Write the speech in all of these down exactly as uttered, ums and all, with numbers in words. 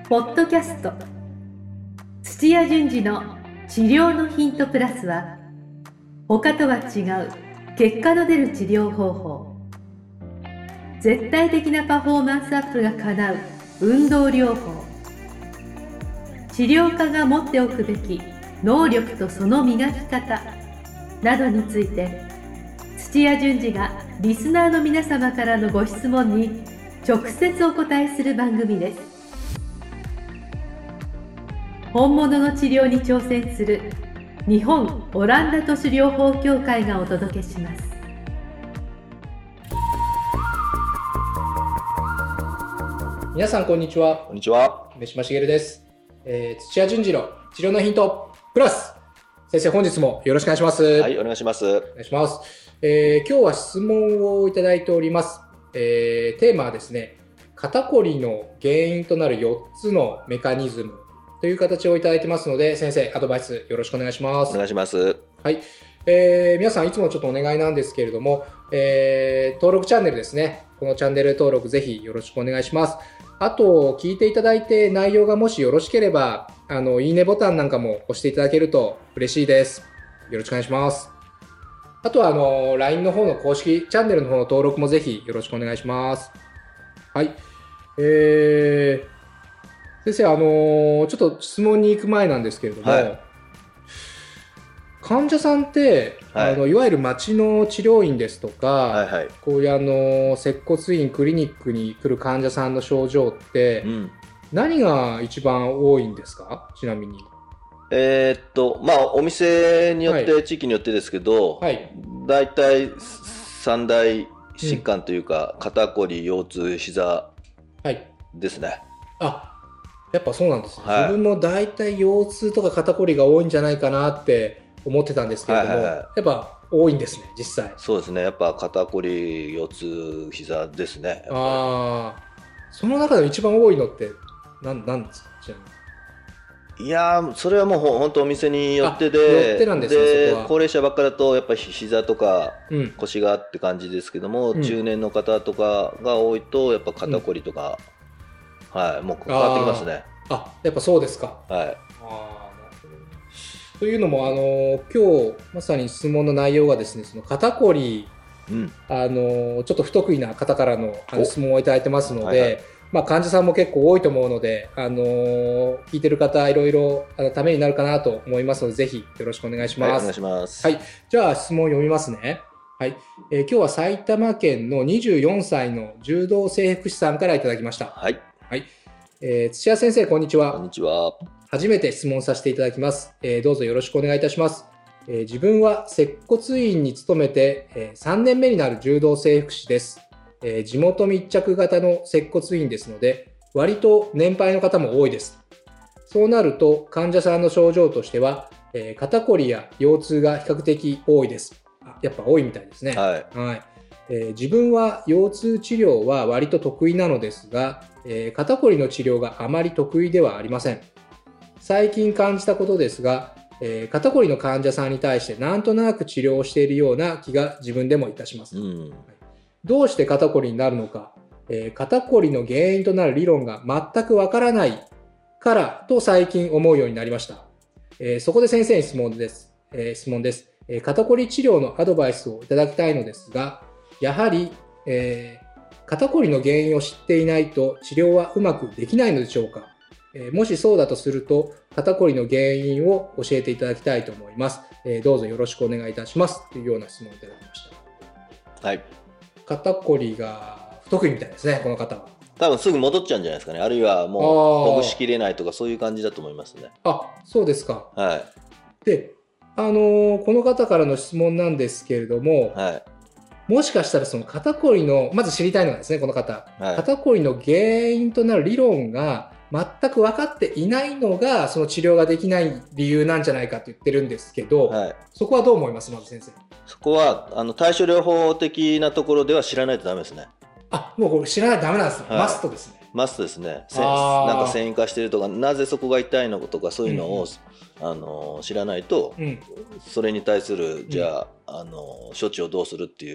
ポッドキャスト土屋順次の治療のヒントプラスは、他とは違う結果の出る治療方法、絶対的なパフォーマンスアップが叶う運動療法、治療家が持っておくべき能力とその磨き方などについて、土屋順次がリスナーの皆様からのご質問に直接お答えする番組です。本物の治療に挑戦する日本オランダ都市療法協会がお届けします。 皆さんこんにちは。 こんにちは。 梅島茂です、えー、土屋順次の治療のヒントプラス。先生、本日もよろしくお願いします。 はい、お願いします。 お願いします。えー、今日は質問をいただいております。えー、テーマはですね、肩こりの原因となるよっつのメカニズムという形をいただいてますので、先生、アドバイスよろしくお願いします。 お願いします。 はい。えー、皆さんいつもちょっとお願いなんですけれども、えー、登録チャンネルですね。このチャンネル登録ぜひよろしくお願いします。あと、聞いていただいて内容がもしよろしければ、あの、いいねボタンなんかも押していただけると嬉しいです。よろしくお願いします。あとは、あの、ライン の方の公式チャンネルの方の登録もぜひよろしくお願いします。はい。えー、先生、あの、ちょっと質問に行く前なんですけれども、はい、患者さんって、はい、あのいわゆる町の治療院ですとか、はいはい、こういうあの接骨院クリニックに来る患者さんの症状って、うん、何が一番多いんですか？ちなみに。 えー、っとまあお店によって、はい、地域によってですけど、はい、だいたい三大疾患というか、うん、肩こり、腰痛、膝ですね。 はい、あ、やっぱそうなんですね。はい、自分もだいたい腰痛とか肩こりが多いんじゃないかなって思ってたんですけれども、はいはいはい、やっぱ多いんですね、実際。 そうですね、やっぱ肩こり、腰痛、膝ですね。 ああ、その中で一番多いのって何なんですか？ちなみに。 いやー、それはもうほんとお店によってで、 よってなんですね、 でそこは。 高齢者ばっかだとやっぱり膝とか腰がって感じですけども、うん、中年の方とかが多いとやっぱ肩こりとか、うん、はい、もう変わってきますね。 あ、やっぱそうですか。はい。あ、というのも、あの今日まさに質問の内容がですね、その肩こり、うん、あのちょっと不得意な方からの質問をいただいてますので、はいはい、まあ、患者さんも結構多いと思うので、あの聞いてる方いろいろあのためになるかなと思いますので、ぜひよろしくお願いします。 はい、お願いします。 はい、じゃあ質問を読みますね。はい、えー、今日は埼玉県のにじゅうよんさいの柔道整復師さんからいただきました。 はい、 はい、えー、土屋先生、こんにちは。 こんにちは。 初めて質問させていただきます。えー、どうぞよろしくお願いいたします。えー、自分は接骨院に勤めて、えー、さんねんめになる柔道整復師です。えー、地元密着型の接骨院ですので、割と年配の方も多いです。そうなると患者さんの症状としては、えー、肩こりや腰痛が比較的多いです。あ、やっぱ多いみたいですね。 はい、 はい。えー、自分は腰痛治療は割と得意なのですが、えー、肩こりの治療があまり得意ではありません。最近感じたことですが、えー、肩こりの患者さんに対してなんとなく治療をしているような気が自分でもいたします。うん、どうして肩こりになるのか、えー、肩こりの原因となる理論が全くわからないからと最近思うようになりました。えー、そこで先生に質問です。えー、質問です、えー。肩こり治療のアドバイスをいただきたいのですが、やはり、えー、肩こりの原因を知っていないと治療はうまくできないのでしょうか。えー、もしそうだとすると、肩こりの原因を教えていただきたいと思います。えー、どうぞよろしくお願いいたします。というような質問をいただきました。 はい。 肩こりが不得意みたいですね、この方は。 多分すぐ戻っちゃうんじゃないですかね。あるいはもうほぐしきれないとかそういう感じだと思いますね。 あ、そうですか。 はい。 で、あのー、この方からの質問なんですけれども、はい、もしかしたらその肩こりの、まず知りたいのがですね、この方、はい、肩こりの原因となる理論が全く分かっていないのがその治療ができない理由なんじゃないかと言ってるんですけど、はい、そこはどう思います？まず先生。 そこはあの対処療法的なところでは知らないとダメですね。 あ、もうこれ知らないとダメなんですね、はい、マストですね。 マストですね。なんか繊維化してるとか、なぜそこが痛いのとかそういうのを、うん、あの知らないと、うん、それに対するじゃあ、うん、あの処置をどうするっていう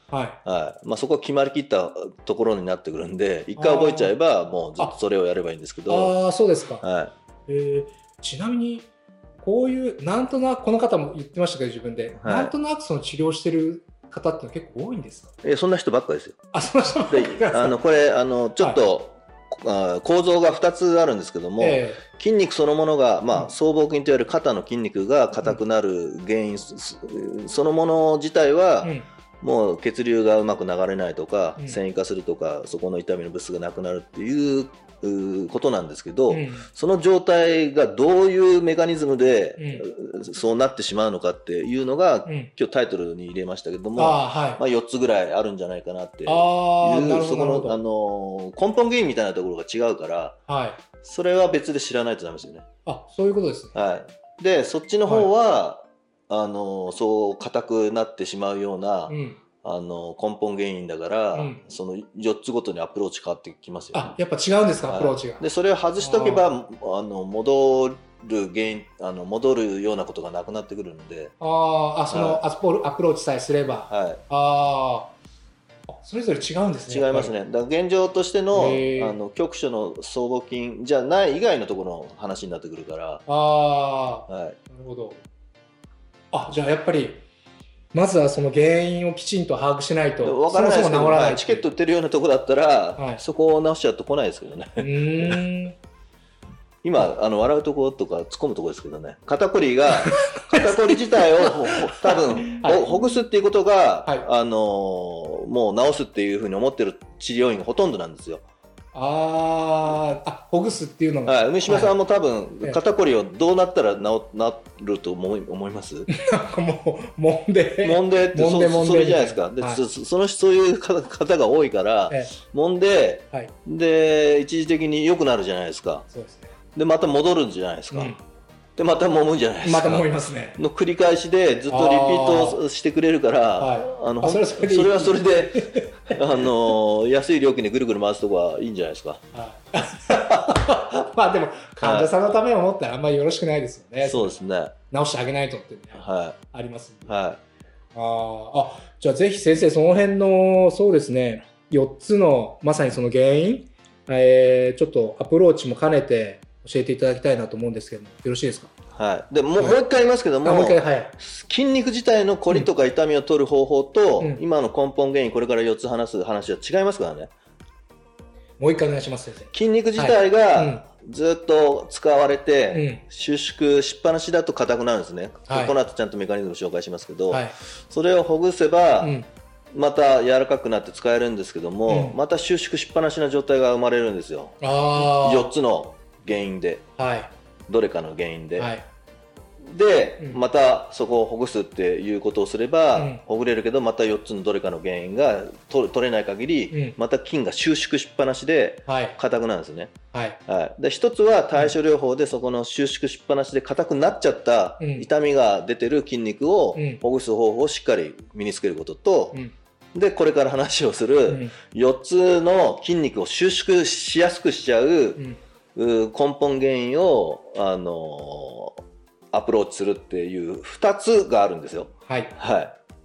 はいはいまあ、そこは決まりきったところになってくるんで、一回覚えちゃえばもうずっとそれをやればいいんですけど。 ああそうですか。 はい、 えー、ちなみにこういうなんとなくこの方も言ってましたけど自分で、はい、なんとなくその治療してる方って結構多いんですか？ えそんな人ばっかですよ。 あ、そんな人ばっかりですか？ あのこれあのちょっと、はい、あ構造がふたつあるんですけども、えー、筋肉そのものが、まあ、僧帽筋といわれる肩の筋肉が硬くなる原因、うん、そのもの自体は、うん、もう血流がうまく流れないとか、うん、繊維化するとか、そこの痛みの物質がなくなるっていうことなんですけど、うん、その状態がどういうメカニズムで、うん、そうなってしまうのかっていうのが、うん、今日タイトルに入れましたけども、あ、はい、まあ、よっつぐらいあるんじゃないかなっていう、そこの、あの根本原因みたいなところが違うから、はい、それは別で知らないとダメですよね。 あ、そういうことですね。 はい、でそっちの方は、はい、あのそう硬くなってしまうような、うん、あの根本原因だから、うん、そのよっつごとにアプローチ変わってきますよね。 あ、やっぱ違うんですか、はい、アプローチが。 でそれを外しとけばあの戻る原因あの戻るようなことがなくなってくるので。 ああ、その、はい、アプローチさえすれば。はい、ああ、それぞれ違うんですね。 違いますね。だから現状としてのあの局所の僧帽筋じゃない以外のところの話になってくるから。 ああ、はい、なるほど。あ、じゃあやっぱりまずはその原因をきちんと把握しないと分からないですけど、はい、チケット売ってるようなとこだったら、はい、そこを直しちゃうと来ないですけどね。うーん今あの笑うところとか突っ込むところですけどね、肩こりが肩こり自体を多分、はい、ほぐすっていうことが、はい、あのもう治すっていうふうに思ってる治療院がほとんどなんですよ。 ああ、ほぐすっていうのが、 はい、梅島さんも多分、はい、肩こりをどうなったら治ると思い、思います？ なんかもう揉んで揉んでってそ, それじゃないですか。で、はい、そ, そのそういう方が多いから、ええ、揉んで、はい、で一時的に良くなるじゃないですか。そうですね。でまた戻るんじゃないですか。うん、でまた揉むんじゃないですか。 また揉みますね。 の繰り返しでずっとリピートしてくれるから、はい、あのあそれはそれでいい、それはそれであの安い料金でぐるぐる回すとこはいいんじゃないですか。 はい、まあでも患者さんのためを思ったらあんまりよろしくないですよね。 そうですね。 直してあげないとってね、 はい、 ありますんで。 はい。 ああ、じゃあぜひ先生その辺のそうですねよっつのまさにその原因、えー、ちょっとアプローチも兼ねて教えていただきたいなと思うんですけども、よろしいですか？ はい、でもう、はい、もう一回言いますけども、もう一回、はい、筋肉自体のこりとか痛みを取る方法と、うん、今の根本原因これからよっつ話す話は違いますからね。 もう一回お願いします先生。 筋肉自体がずっと使われて、はいうん、収縮しっぱなしだと硬くなるんですね、はい、この後ちゃんとメカニズムを紹介しますけど、はい、それをほぐせば、うん、また柔らかくなって使えるんですけども、うん、また収縮しっぱなしな状態が生まれるんですよ。あよっつの原因で、はい、どれかの原因で、はい、で、うん、またそこをほぐすっていうことをすれば、うん、ほぐれるけどまたよっつのどれかの原因が取れない限り、うん、また筋が収縮しっぱなしで硬くなるんですね。はいはい、で一つは対処療法でそこの収縮しっぱなしで硬くなっちゃった痛みが出てる筋肉をほぐす方法をしっかり身につけることと、でこれから話をするよっつの筋肉を収縮しやすくしちゃう根本原因を、あのー、アプローチするっていうふたつがあるんですよ。はい、はい、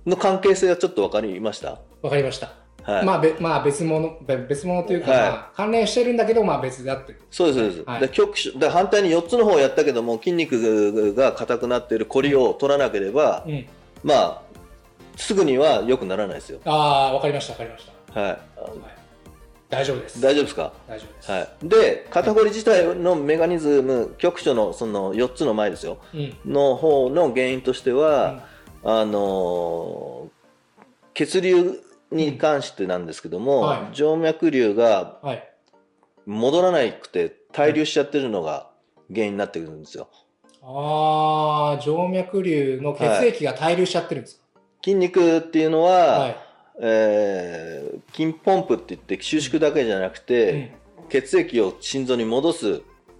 の関係性はちょっと分かりました？ 分かりました。はい、まあ、べまあ別物別物というか、はい、まあ、関連してるんだけどまあ別であってる。 そうですそうです。はい、で局所で反対によっつの方をやったけども筋肉が硬くなっているこりを取らなければ、うん、まあすぐには良くならないですよ。 ああ、分かりました分かりました。はい。はい、大丈夫です。 大丈夫ですか？ 大丈夫です。 はい。で、肩こり自体のメカニズム、局所のそのよっつの前ですよ、うん、の方の原因としては、うん、あのー、血流に関してなんですけども、うん、はい、静脈流が戻らなくて滞留しちゃってるのが原因になってくるんですよ。 ああ、静脈流の血液が滞留しちゃってるんですか？ はい、筋肉っていうのは、はい、えー、筋ポンプっていって収縮だけじゃなくて、うん、血液を心臓に戻す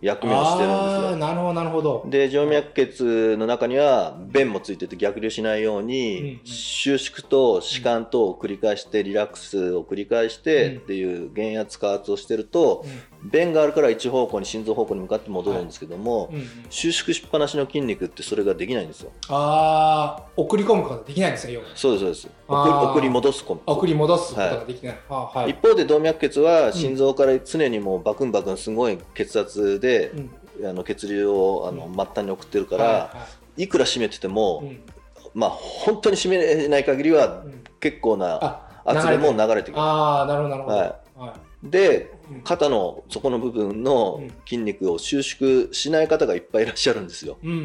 役目をしてるんですよ。 なるほどなるほど。 で静脈血の中には弁もついてて逆流しないように、うん、収縮と弛緩とを繰り返してリラックスを繰り返してっていう減圧加圧をしてると、うん、弁があるから一方向に心臓方向に向かって戻るんですけども、はいうんうん、収縮しっぱなしの筋肉ってそれができないんですよ。 ああ、送り込むことができないんですよ。 そうですそうです。送り戻す送り戻すことができない、 はいはい、一方で動脈血は心臓から常にもうバクンバクンすごい血圧で、うん、あの血流をあの末端に送ってるから、はいはい、いくら締めてても、うん、まあ本当に締めない限りは結構な圧でも流れてくる。 ああ、なるほどなるほど。 はいはい、で肩の底の部分の筋肉を収縮しない方がいっぱいいらっしゃるんですよ、うんうんうん、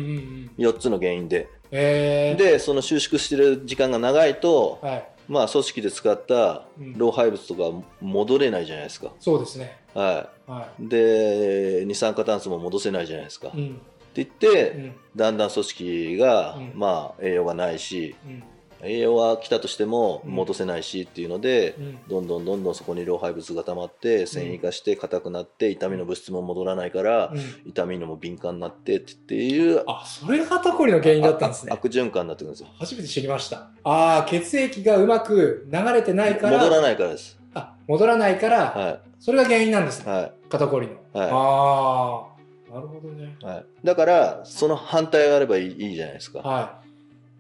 よっつの原因で、えー、でその収縮してる時間が長いと、はい、まあ組織で使った老廃物とか戻れないじゃないですか、うん、 そうですね、 はいはい、で二酸化炭素も戻せないじゃないですか、うん、って言って、うん、だんだん組織が、うん、まあ栄養がないし、うん栄養は来たとしても戻せないしっていうので、うん、どんどんどんどんそこに老廃物が溜まって繊維化して硬くなって痛みの物質も戻らないから、うん、痛みのも敏感になってっていう、 あ、それが肩こりの原因だったんですね。 悪循環になってくるんですよ。 初めて知りました。ああ、血液がうまく流れてないから戻らないからです。 あ、戻らないから、はい、それが原因なんですね、はい、肩こりの、はい、ああ、なるほどね、 はい、だからその反対があればいい、いいじゃないですか、 はい、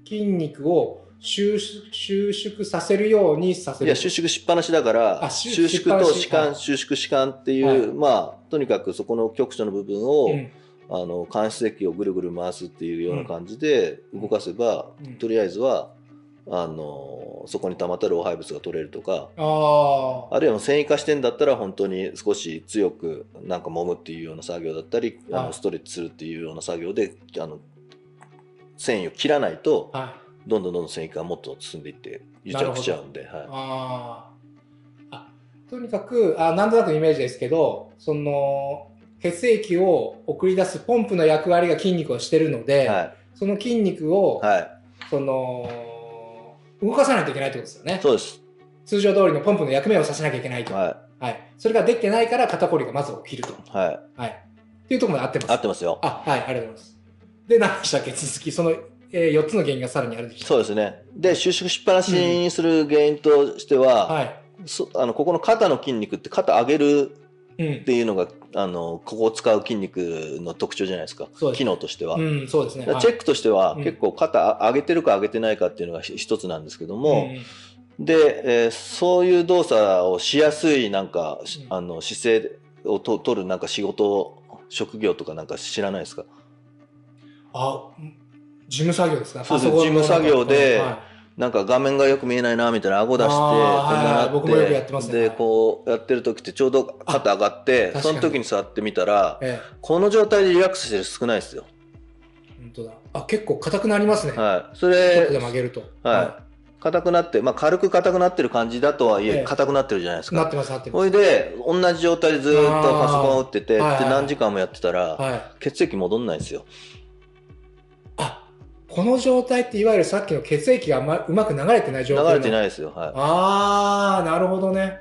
筋肉を収縮、収縮させるようにさせる。 いや、収縮しっぱなしだから、収縮と弛緩、収縮弛緩っていう、はい、まあ、とにかくそこの局所の部分を、うん、あの、間質液をぐるぐる回すっていうような感じで動かせば、うん、とりあえずは、あの、そこに溜まった老廃物が取れるとか、あ, あるいは繊維化してんだったら、本当に少し強くなんか揉むっていうような作業だったり、あのストレッチするっていうような作業で、あの、繊維を切らないと、はいどんどんどんどん繊維化がもっと進んでいって癒着しちゃうんで、はい、 ああとにかくあなんとなくイメージですけどその血液を送り出すポンプの役割が筋肉をしてるので、はい、その筋肉を、はい、その動かさないといけないってことですよね。 そうです。 通常通りのポンプの役目をさせなきゃいけないと、はいはい、それができてないから肩こりがまず起きると、はいはい、っていうところまで合ってます。 合ってますよ。 あ、はい、ありがとうございます。で何でしたっけ続きそのえー、よっつの原因がさらにあるでしょう。 そうですね。で収縮しっぱなしにする原因としては、うんはい、そあのここの肩の筋肉って肩上げるっていうのが、うん、あのここを使う筋肉の特徴じゃないですか。す機能としては、うんそうですね、チェックとしては、はい、結構肩上げてるか上げてないかっていうのが一つなんですけども、うん、で、えー、そういう動作をしやすいなんか、うん、あの姿勢をと取るなんか仕事職業とかなんか知らないですか？ あ事務作業ですか？ そうそう、事務作業で、はい、なんか画面がよく見えないなみたいな顎出して、こんななって、僕もよくやってますね。で、こうやってる時ってちょうど肩上がって、その時に座ってみたら、ええ、この状態でリラックスしてる人少ないですよ。 本当だ。あ、結構硬くなりますね。 はい。それ、 ちょっとで曲げると。 はい。硬くなって、まあ軽く硬くなってる感じだとはいえ、硬くなってるじゃないですか。 なってます、なってます。 それで、同じ状態でずっとパソコンを打ってて、で何時間もやってたら、血液戻んないですよ。 この状態っていわゆるさっきの血液が、ま、うまく流れてない状態。 流れてないですよ。はい。 ああ、なるほどね。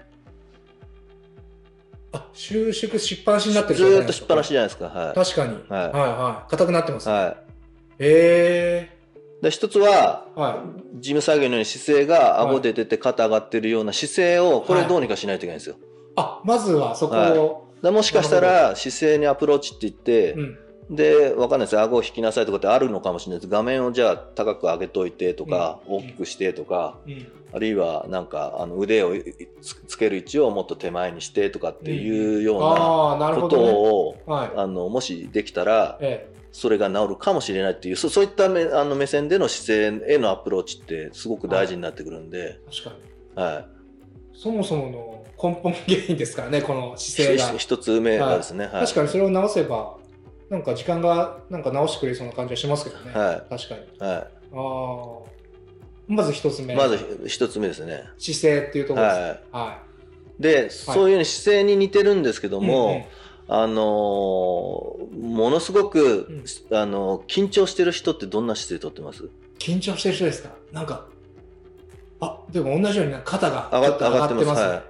あ、収縮しっぱなしになってる状態。ずーっとしっぱなしじゃないですか。はい。 確かに。はい、はい、はい。硬くなってますね。はい。 ええー。で一つは、はい、事務作業のように姿勢が顎で出て肩上がってるような姿勢を、これどうにかしないといけないんですよ。 はい、あ、まずはそこを。 はい、もしかしたら姿勢にアプローチって言って、うんで、わかんないです。顎を引きなさいとかってあるのかもしれないです。画面をじゃあ高く上げといてとか、うん、大きくしてとか、うん、あるいはなんかあの腕をつける位置をもっと手前にしてとかっていうようなことを、うんねはい、あのもしできたら、ええ、それが治るかもしれないっていう、そ、そういった目、あの目線での姿勢へのアプローチってすごく大事になってくるんで。 確かに。はい。そもそもの根本原因ですからね、この姿勢が。 一つ目がですね、 はいはい。確かにそれを直せば、なんか時間がなんか直してくれそうな感じはしますけどね。はい、確かに。はい。ああ。まず一つ目。 まず一つ目ですね。 姿勢っていうところですね。はい。はい、 で、はい、そういう姿勢に似てるんですけども、うんうん、あのー、ものすごく、うん、あのー、緊張してる人ってどんな姿勢とってます？ 緊張してる人ですか？なんか、あ、でも同じように肩が上がってますね。はい、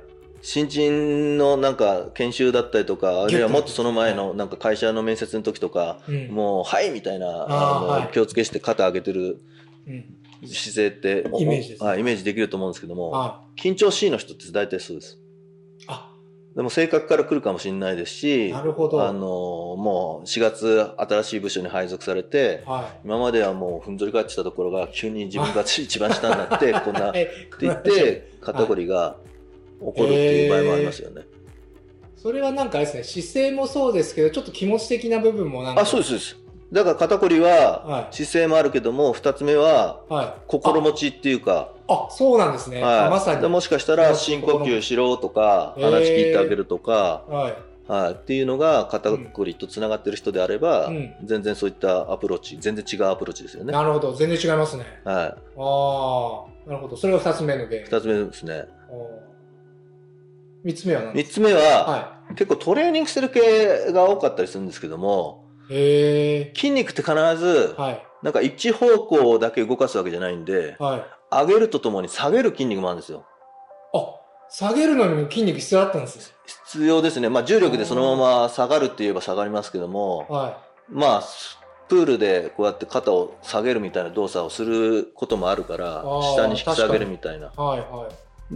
新人のなんか研修だったりとか、あるいはもっとその前のなんか会社の面接の時とか、うん、もうはいみたいなあの、はい、気をつけして肩上げてる姿勢って、うん、イメージですね、イメージできると思うんですけども、はい、緊張しいの人って大体そうです。あ、でも性格から来るかもしれないですし、 なるほど。 あのもうしがつ新しい部署に配属されて、はい、今まではもうふんぞり返ってたところが急に自分が一番下になってこんなって言って肩こりが起こるっていう場合もありますよね。はい、 それはなんかあれですね、姿勢もそうですけどちょっと気持ち的な部分もなんか。 あ、そうですそうです。だから肩こりは姿勢もあるけども、ふたつめは心持ちっていうか、 あ、そうなんですね。 はい、 まさに。 でもしかしたら深呼吸しろとか話聞いてあげるとか、はいはい、っていうのが肩こりとつながってる人であれば、うん、全然そういったアプローチ、全然違うアプローチですよね。 なるほど、全然違いますね。 はい。ああ、 なるほど。それがふたつめの原因。 ふたつめですね。 みっつめは何ですか？ みっつめは、はい、結構トレーニングしてる系が多かったりするんですけども、へ筋肉って必ず、はい、なんか一方向だけ動かすわけじゃないんで、はい、上げるとともに下げる筋肉もあるんですよ。 あ、下げるのにも筋肉必要だったんですね。 必要ですね。まあ重力でそのまま下がるって言えば下がりますけども、はい、まあプールでこうやって肩を下げるみたいな動作をすることもあるから、下に引き下げるみたいな。はいはい、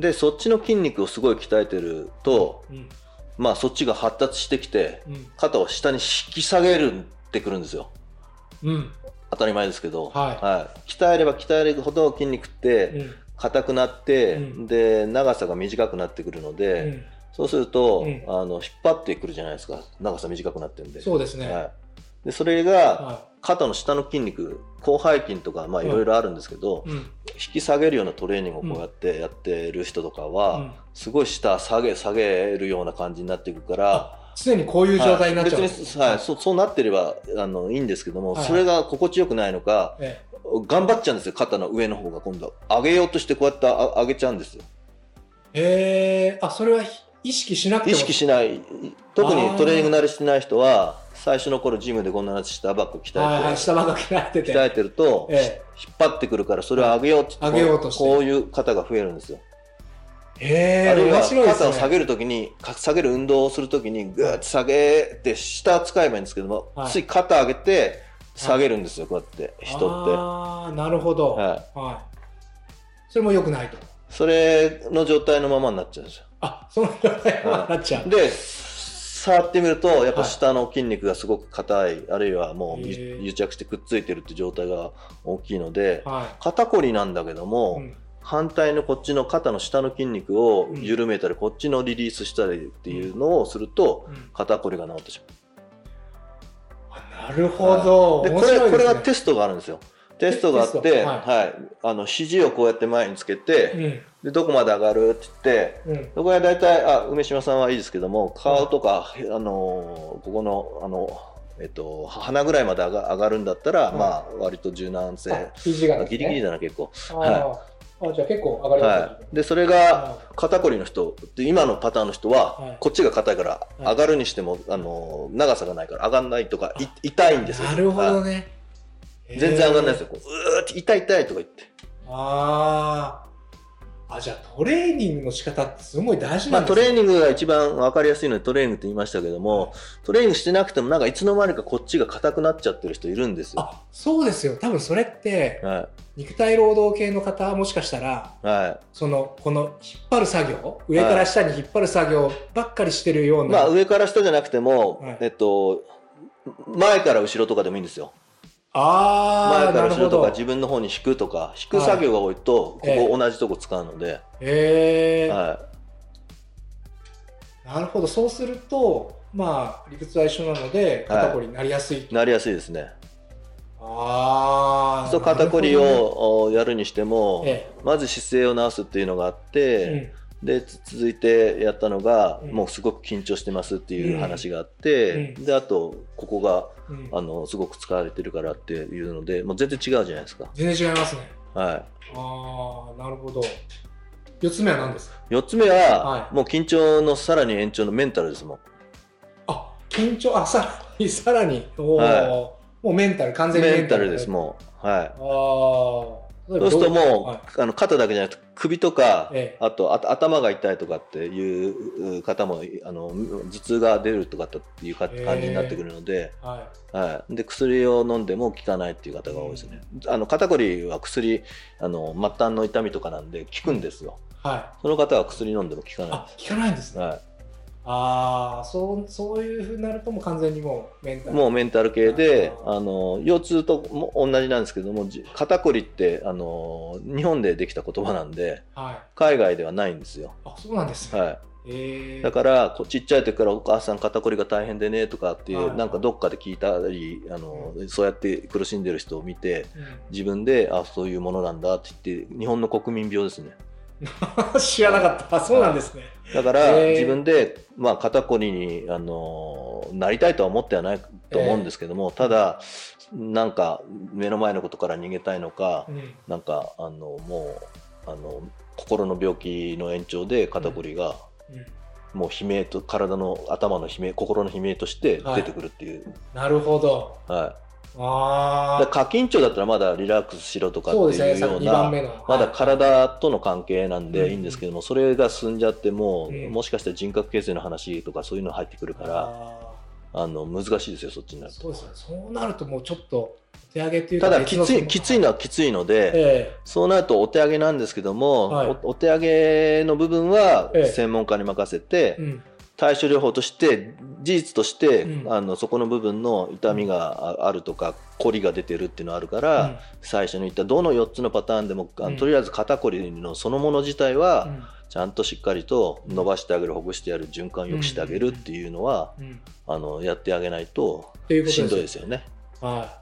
でそっちの筋肉をすごい鍛えてると、うん、まあそっちが発達してきて、うん、肩を下に引き下げるってくるんですよ。うん、当たり前ですけど、はいはい、鍛えれば鍛えるほど筋肉って硬くなって、うん、で長さが短くなってくるので、うん、そうすると、うん、あの引っ張ってくるじゃないですか。長さ短くなってるんで。 そうですね。 はい、でそれが肩の下の筋肉、広背筋とかまあいろいろあるんですけど、うん、引き下げるようなトレーニングをこうやってやってる人とかは、うん、すごい下下げ下げるような感じになっていくから、 常にこういう状態になっちゃう、 はい、別に、はい、そ, そうなってればあのいいんですけども、はい、それが心地よくないのか、ええ、頑張っちゃうんですよ。肩の上の方が今度上げようとしてこうやって上げちゃうんですよ。 へえー、あ、それは意識しなくても。 意識しない。特にトレーニング慣れしてない人は最初の頃ジムでこんな下ばっか鍛えて、はいはい、 下ばっか鍛えてて鍛えてると、ええ、引っ張ってくるからそれを上げようって上げようとしてこういう肩が増えるんですよ。 へー、 あるいは肩を下げるときに、下げる運動をするときにグーッと下げて下使えばいいんですけども、はい、つい肩上げて下げるんですよ、はい、こうやって人って。 ああ、なるほど、はいはい、それも良くないと。 それの状態のままになっちゃうんですよ。 あ、その状態のままになっちゃう、はい、 で触ってみるとやっぱ下の筋肉がすごく硬い、あるいはもう癒着してくっついてるって状態が大きいので、はい、肩こりなんだけども、うん、反対のこっちの肩の下の筋肉を緩めたり、うん、こっちのリリースしたりっていうのをすると、うん、肩こりが治ってしまう。あ、なるほど。 で、これ、これがテストがあるんですよ。テストがあって、はいはい、あの肘をこうやって前につけて、うん、でどこまで上がるって言って、うん、そこは大体、あ、梅島さんはいいですけども、顔とか、うん、あのここのあのえっと鼻ぐらいまで上が、上がるんだったら、うん、まあ割と柔軟性、 肘が、ね、 ギリギリだな結構。 はい、あ、じゃあ結構上がりますね。はい、 でそれが肩こりの人で、今のパターンの人は、はい、こっちが硬いから上がるにしても、はい、あの長さがないから上がんないとか、い痛いんですよ。 なるほどね。 全然上がんないですよ。こう、うーって痛い痛いとか言って。 ああ、じゃあトレーニングの仕方ってすごい大事なんですね。まあトレーニングが一番分かりやすいのでトレーニングって言いましたけども、はい、トレーニングしてなくてもなんかいつの間にかこっちが硬くなっちゃってる人いるんですよ。 あ、そうですよ。多分それって、はい、肉体労働系の方もしかしたら、はい、そのこの引っ張る作業、上から下に引っ張る作業ばっかりしてるような。 まあ上から下じゃなくても、はい、えっと前から後ろとかでもいいんですよ。 あ、 前から後ろとか自分の方に引くとか引く作業が多いと、はい、ここ同じとこ使うので、 へえー、はい、なるほど。そうするとまあ理屈は一緒なので肩こりになりやすい、はい、 なりやすいですね。 ああ、 そう肩こりをやるにしても、ええ、まず姿勢を直すっていうのがあって、うん、で続いてやったのが、うん、もうすごく緊張してますっていう話があって、うん、であとここが、うん、あのすごく使われてるからっていうのでもう全然違うじゃないですか。 全然違いますね。 はい。 ああ、なるほど。よっつめは何ですか？ よっつめは、はい、もう緊張のさらに延長のメンタルですもん。 あ、緊張、あ、さらにさらに、お、はい、もうメンタル、完全にメンタルですもう。はい。 ああ、 そうするともう、はい、あの肩だけじゃなくて首とか、ええ、あとあ頭が痛いとかっていう方もあの頭痛が出るとかっていう感じになってくるので、えーはいはい、で薬を飲んでも効かないっていう方が多いですね。うん、あの肩こりは薬あの末端の痛みとかなんで効くんですよ。はい、その方は薬飲んでも効かない。 あ、効かないんですね。はい、ああ、そう、そういうふうになるともう完全にもうメンタルもうメンタル系で、あの腰痛とも同じなんですけども、肩こりってあの日本でできた言葉なんで、はい、海外ではないんですよ。 あ、そうなんですね。 はい。えー、だからちっちゃい時からお母さん肩こりが大変でねとかっていう、はい、なんかどっかで聞いたりあの、うん、そうやって苦しんでる人を見て、うん、自分であそういうものなんだって言って日本の国民病ですね。 知らなかった。そうなんですね。 だから自分で、まあ、肩こりにあのなりたいとは思ってはないと思うんですけども、ただなんか目の前のことから逃げたいのか、うん、なんかあのもうあの心の病気の延長で肩こりが、うんうん、もう悲鳴と体の頭の悲鳴心の悲鳴として出てくるっていう。はい、 なるほど。 はい。あ過緊張だったらまだリラックスしろとかっていうような、まだ体との関係なんでいいんですけども、それが進んじゃっても、もしかしたら人格形成の話とかそういうの入ってくるから、あの難しいですよ、そっちになると。 そうですね。そうなるともうちょっとお手上げっていうか、ただきついきついのはきついので、えー、そうなるとお手上げなんですけども、はい、お, お手上げの部分は専門家に任せて、えーうん対処療法として事実として、うん、あのそこの部分の痛みがあるとかこりが出てるっていうのがあるから、うん、最初に言ったどのよっつのパターンでも、うん、とりあえず肩こりのそのもの自体は、うん、ちゃんとしっかりと伸ばしてあげるほぐしてやる循環を良くしてあげるっていうのは、うん、あのやってあげないとしんどいですよね。 はい、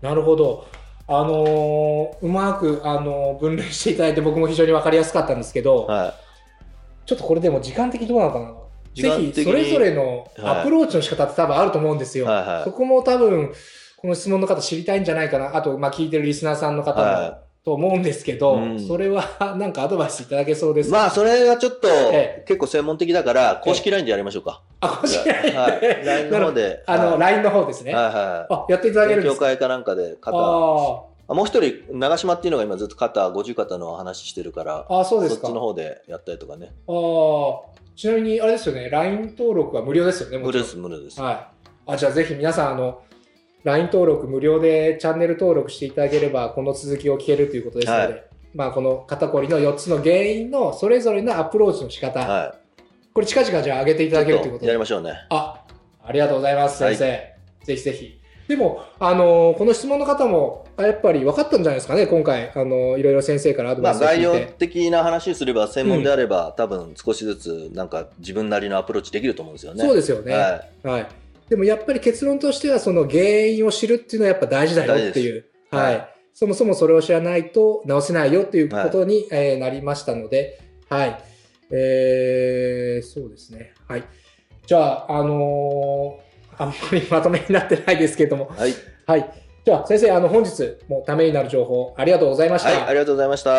なるほど。あのー、うまく、あのー、分類していただいて僕も非常に分かりやすかったんですけど、はい、ちょっとこれでも時間的にどうなのかな。ぜひそれぞれのアプローチの仕方って多分あると思うんですよ。はいはいはい、そこも多分この質問の方知りたいんじゃないかな。あとまあ聞いてるリスナーさんの方も、はい、と思うんですけど、うん、それはなんかアドバイスいただけそうですか。 まあそれはちょっと、ええ、結構専門的だから公式 ライン でやりましょうか。 ええ、あ、公式 ライン で、はい、 ライン の方であの、はい、ライン の方ですね。はいはい、あ、やっていただけるんですか。 協会かなんかで肩もう一人長島っていうのが今ずっと肩五十肩の話してるから、 あ、そうですか。 そっちの方でやったりとかね。 ああ。ちなみにあれですよね、ライン 登録は無料ですよね。 無料です、無料です。 はい。あ、じゃあぜひ皆さん、あの、ライン 登録無料でチャンネル登録していただければ、この続きを聞けるということですので、はい、まあこの肩こりのよっつの原因のそれぞれのアプローチの仕方、はい、これ近々じゃあ上げていただけるということで。 やりましょうね。 あ、ありがとうございます、先生。はい、ぜひぜひ。でも、あのー、この質問の方も、やっぱり分かったんじゃないですかね、今回、あのー、いろいろ先生からアドバイスを聞いて。 まあ、概要的な話すれば、専門であれば、うん、多分少しずつ、なんか自分なりのアプローチできると思うんですよね。 そうですよね。はい。はい、でもやっぱり結論としては、その原因を知るっていうのはやっぱ大事だよっていう。はい、はい。そもそもそれを知らないと治せないよっていうことに、はい、えー、なりましたので、はい。えー、そうですね。はい。じゃあ、あのー、あんまりまとめになってないですけれども。はい。はい。では、先生、あの、本日もためになる情報、ありがとうございました。 はい、ありがとうございました。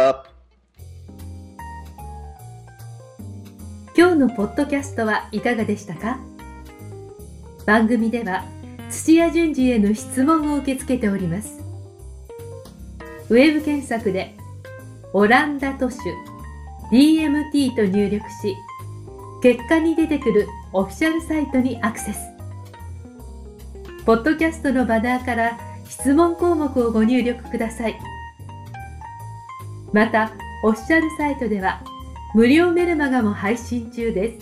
今日のポッドキャストはいかがでしたか？番組では、土屋順次への質問を受け付けております。ウェブ検索で、オランダ都市 ディーエムティー と入力し、結果に出てくるオフィシャルサイトにアクセス。ポッドキャストのバナーから質問項目をご入力ください。また、オフィシャルサイトでは無料メルマガも配信中です。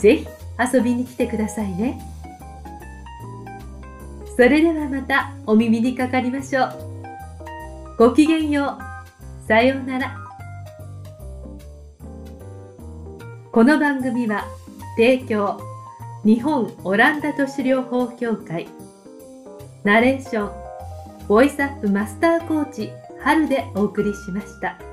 ぜひ遊びに来てくださいね。それではまたお耳にかかりましょう。ごきげんよう。さようなら。この番組は提供日本オランダ都市療法協会、ナレーションボイスアップマスターコーチ春でお送りしました。